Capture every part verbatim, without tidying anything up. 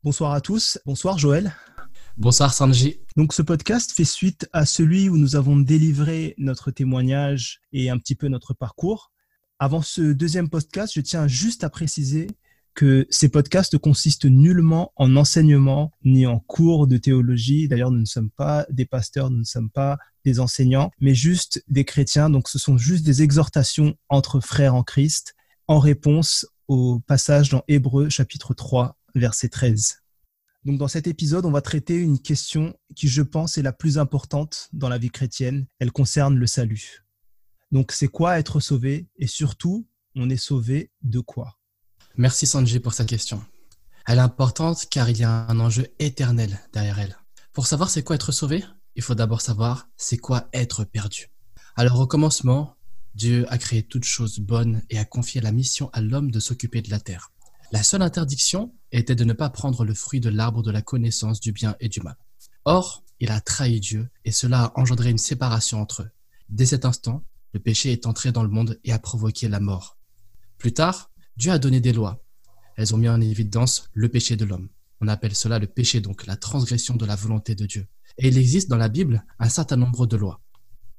Bonsoir à tous. Bonsoir Joël. Bonsoir Sanji. Donc ce podcast fait suite à celui où nous avons délivré notre témoignage et un petit peu notre parcours. Avant ce deuxième podcast, je tiens juste à préciser que ces podcasts ne consistent nullement en enseignement ni en cours de théologie. D'ailleurs, nous ne sommes pas des pasteurs, nous ne sommes pas des enseignants, mais juste des chrétiens. Donc ce sont juste des exhortations entre frères en Christ en réponse au passage dans Hébreux chapitre trois, verset treize. Donc dans cet épisode, on va traiter une question qui, je pense, est la plus importante dans la vie chrétienne. Elle concerne le salut. Donc c'est quoi être sauvé? Et surtout, on est sauvé de quoi? Merci Sanji pour cette question. Elle est importante car il y a un enjeu éternel derrière elle. Pour savoir c'est quoi être sauvé, il faut d'abord savoir c'est quoi être perdu. Alors au commencement, Dieu a créé toutes choses bonnes et a confié la mission à l'homme de s'occuper de la terre. La seule interdiction était de ne pas prendre le fruit de l'arbre de la connaissance du bien et du mal. Or, il a trahi Dieu et cela a engendré une séparation entre eux. Dès cet instant, le péché est entré dans le monde et a provoqué la mort. Plus tard, Dieu a donné des lois. Elles ont mis en évidence le péché de l'homme. On appelle cela le péché, donc la transgression de la volonté de Dieu. Et il existe dans la Bible un certain nombre de lois.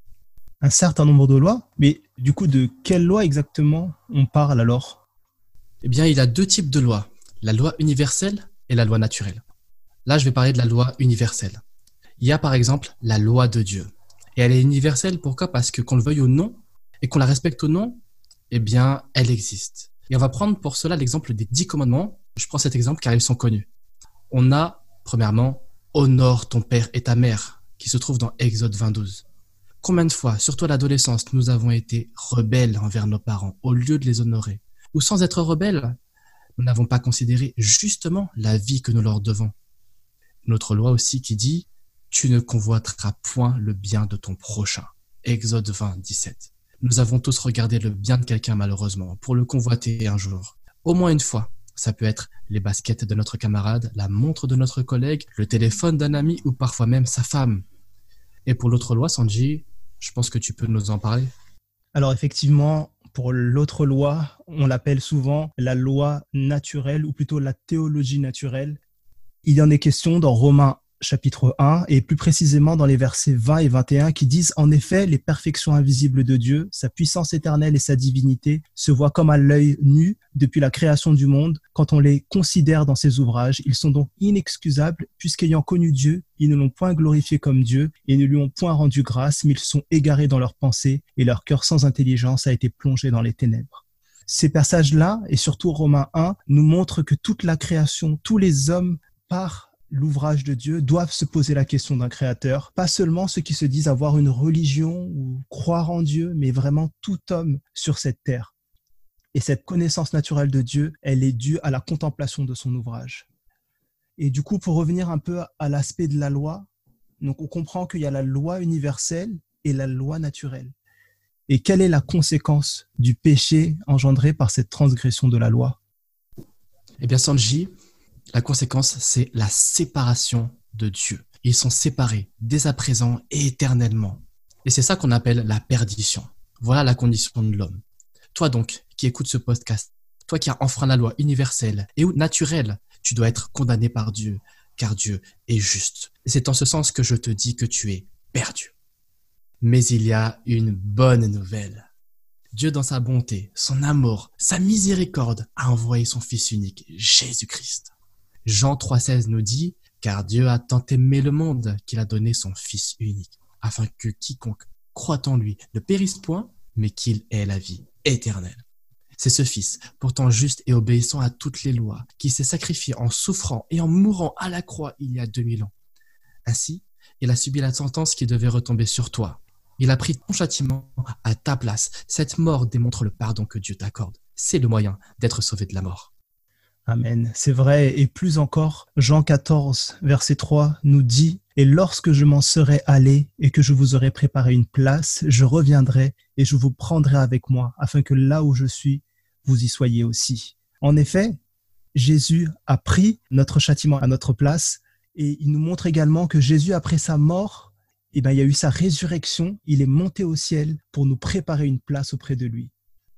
Un certain nombre de lois? Mais du coup, de quelles lois exactement on parle alors? Eh bien, il y a deux types de lois, la loi universelle et la loi naturelle. Là, je vais parler de la loi universelle. Il y a par exemple la loi de Dieu. Et elle est universelle, pourquoi? Parce que qu'on le veuille ou non, et qu'on la respecte ou non, eh bien, elle existe. Et on va prendre pour cela l'exemple des dix commandements. Je prends cet exemple car ils sont connus. On a, premièrement, « Honore ton père et ta mère » qui se trouve dans Exode vingt-deux. Combien de fois, surtout à l'adolescence, nous avons été rebelles envers nos parents au lieu de les honorer? Ou sans être rebelles, nous n'avons pas considéré justement la vie que nous leur devons. Notre loi aussi qui dit « Tu ne convoiteras point le bien de ton prochain » Exode vingt, dix-sept. Nous avons tous regardé le bien de quelqu'un malheureusement pour le convoiter un jour. Au moins une fois. Ça peut être les baskets de notre camarade, la montre de notre collègue, le téléphone d'un ami ou parfois même sa femme. Et pour l'autre loi, Sanji, je pense que tu peux nous en parler. Alors effectivement, pour l'autre loi, on l'appelle souvent la loi naturelle ou plutôt la théologie naturelle. Il y en est question dans Romains chapitre un et plus précisément dans les versets vingt et vingt et un qui disent « En effet, les perfections invisibles de Dieu, sa puissance éternelle et sa divinité se voient comme à l'œil nu depuis la création du monde. Quand on les considère dans ses ouvrages, ils sont donc inexcusables puisqu'ayant connu Dieu, ils ne l'ont point glorifié comme Dieu et ne lui ont point rendu grâce, mais ils sont égarés dans leurs pensées et leur cœur sans intelligence a été plongé dans les ténèbres. » Ces passages-là, et surtout Romains un, nous montrent que toute la création, tous les hommes, par l'ouvrage de Dieu, doivent se poser la question d'un créateur. Pas seulement ceux qui se disent avoir une religion ou croire en Dieu, mais vraiment tout homme sur cette terre. Et cette connaissance naturelle de Dieu, elle est due à la contemplation de son ouvrage. Et du coup, pour revenir un peu à l'aspect de la loi, donc on comprend qu'il y a la loi universelle et la loi naturelle. Et quelle est la conséquence du péché engendré par cette transgression de la loi? Eh bien, Sanji, la conséquence, c'est la séparation de Dieu. Ils sont séparés dès à présent et éternellement. Et c'est ça qu'on appelle la perdition. Voilà la condition de l'homme. Toi donc, qui écoutes ce podcast, toi qui as enfreint la loi universelle et ou naturelle, tu dois être condamné par Dieu, car Dieu est juste. Et c'est en ce sens que je te dis que tu es perdu. Mais il y a une bonne nouvelle. Dieu, dans sa bonté, son amour, sa miséricorde, a envoyé son Fils unique, Jésus-Christ. Jean trois seize nous dit « Car Dieu a tant aimé le monde qu'il a donné son Fils unique, afin que quiconque croit en lui ne périsse point, mais qu'il ait la vie éternelle. » C'est ce Fils, pourtant juste et obéissant à toutes les lois, qui s'est sacrifié en souffrant et en mourant à la croix il y a deux mille ans. Ainsi, il a subi la sentence qui devait retomber sur toi. Il a pris ton châtiment à ta place. Cette mort démontre le pardon que Dieu t'accorde. C'est le moyen d'être sauvé de la mort. Amen. C'est vrai, et plus encore, Jean quatorze, verset trois nous dit « Et lorsque je m'en serai allé et que je vous aurai préparé une place, je reviendrai et je vous prendrai avec moi, afin que là où je suis, vous y soyez aussi. » En effet, Jésus a pris notre châtiment à notre place et il nous montre également que Jésus, après sa mort, eh ben, il y a eu sa résurrection, il est monté au ciel pour nous préparer une place auprès de lui.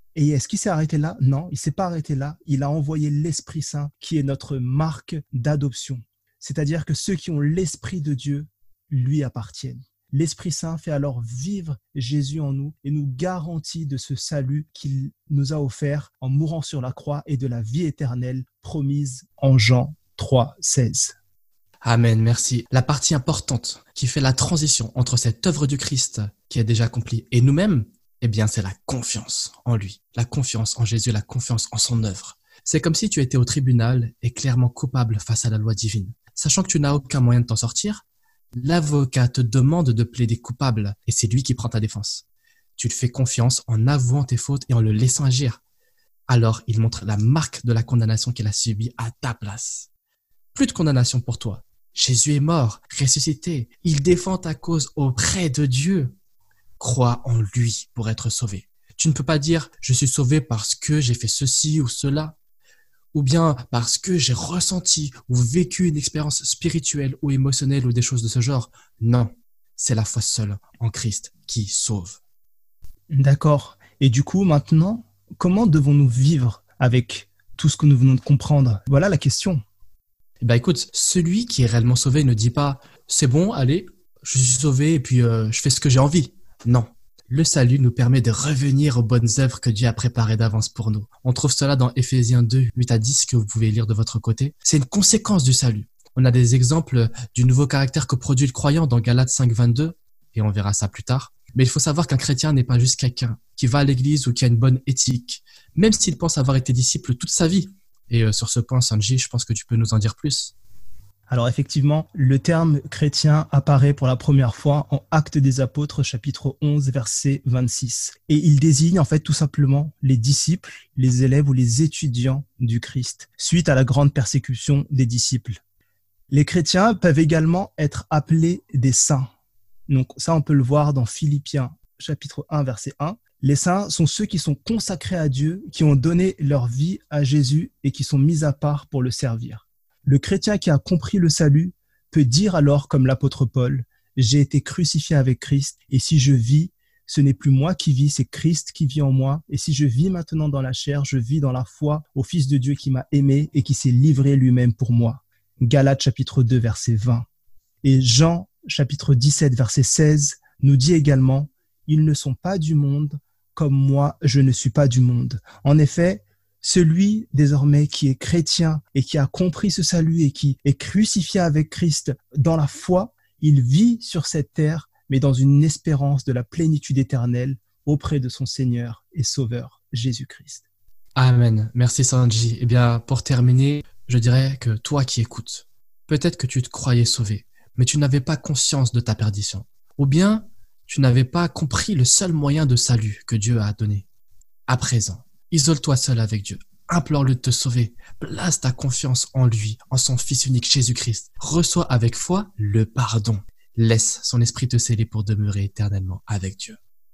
Et est-ce qu'il s'est arrêté là? Non, il ne s'est pas arrêté là. Il a envoyé l'Esprit Saint qui est notre marque d'adoption. C'est-à-dire que ceux qui ont l'Esprit de Dieu lui appartiennent. L'Esprit Saint fait alors vivre Jésus en nous et nous garantit de ce salut qu'il nous a offert en mourant sur la croix et de la vie éternelle promise en Jean trois, seize. Amen, merci. La partie importante qui fait la transition entre cette œuvre du Christ qui est déjà accomplie et nous-mêmes, eh bien, c'est la confiance en lui, la confiance en Jésus, la confiance en son œuvre. C'est comme si tu étais au tribunal et clairement coupable face à la loi divine. Sachant que tu n'as aucun moyen de t'en sortir, l'avocat te demande de plaider coupable et c'est lui qui prend ta défense. Tu lui fais confiance en avouant tes fautes et en le laissant agir. Alors, il montre la marque de la condamnation qu'il a subie à ta place. Plus de condamnation pour toi. Jésus est mort, ressuscité. Il défend ta cause auprès de Dieu. Crois en lui pour être sauvé. Tu ne peux pas dire « je suis sauvé parce que j'ai fait ceci ou cela » ou bien parce que j'ai ressenti ou vécu une expérience spirituelle ou émotionnelle ou des choses de ce genre. Non, c'est la foi seule en Christ qui sauve. D'accord. Et du coup, maintenant, comment devons-nous vivre avec tout ce que nous venons de comprendre? Voilà la question. Eh ben écoute, celui qui est réellement sauvé ne dit pas « c'est bon, allez, je suis sauvé et puis euh, je fais ce que j'ai envie ». Non. Le salut nous permet de revenir aux bonnes œuvres que Dieu a préparées d'avance pour nous. On trouve cela dans Éphésiens deux, huit à dix que vous pouvez lire de votre côté. C'est une conséquence du salut. On a des exemples du nouveau caractère que produit le croyant dans Galates cinq, vingt-deux et on verra ça plus tard. Mais il faut savoir qu'un chrétien n'est pas juste quelqu'un qui va à l'église ou qui a une bonne éthique, même s'il pense avoir été disciple toute sa vie. Et euh, sur ce point, Sanji, je pense que tu peux nous en dire plus. Alors effectivement, le terme chrétien apparaît pour la première fois en Actes des Apôtres, chapitre onze, verset vingt-six. Et il désigne en fait tout simplement les disciples, les élèves ou les étudiants du Christ, suite à la grande persécution des disciples. Les chrétiens peuvent également être appelés des saints. Donc ça, on peut le voir dans Philippiens, chapitre un, verset un. Les saints sont ceux qui sont consacrés à Dieu, qui ont donné leur vie à Jésus et qui sont mis à part pour le servir. Le chrétien qui a compris le salut peut dire alors comme l'apôtre Paul, « J'ai été crucifié avec Christ et si je vis, ce n'est plus moi qui vis, c'est Christ qui vit en moi. Et si je vis maintenant dans la chair, je vis dans la foi au Fils de Dieu qui m'a aimé et qui s'est livré lui-même pour moi. » Galates chapitre deux, verset vingt. Et Jean chapitre dix-sept, verset seize nous dit également, « Ils ne sont pas du monde comme moi, je ne suis pas du monde. » En effet, celui désormais qui est chrétien et qui a compris ce salut et qui est crucifié avec Christ dans la foi, il vit sur cette terre, mais dans une espérance de la plénitude éternelle auprès de son Seigneur et Sauveur, Jésus-Christ. Amen. Merci Sanji. Eh bien, pour terminer, je dirais que toi qui écoutes, peut-être que tu te croyais sauvé, mais tu n'avais pas conscience de ta perdition. Ou bien, tu n'avais pas compris le seul moyen de salut que Dieu a donné. À présent, isole-toi seul avec Dieu. Implore-le de te sauver. Place ta confiance en lui, en son Fils unique Jésus-Christ. Reçois avec foi le pardon. Laisse son esprit te sceller pour demeurer éternellement avec Dieu.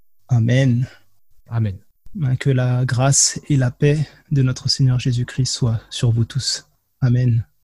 Amen. Amen. Que la grâce et la paix de notre Seigneur Jésus-Christ soient sur vous tous. Amen.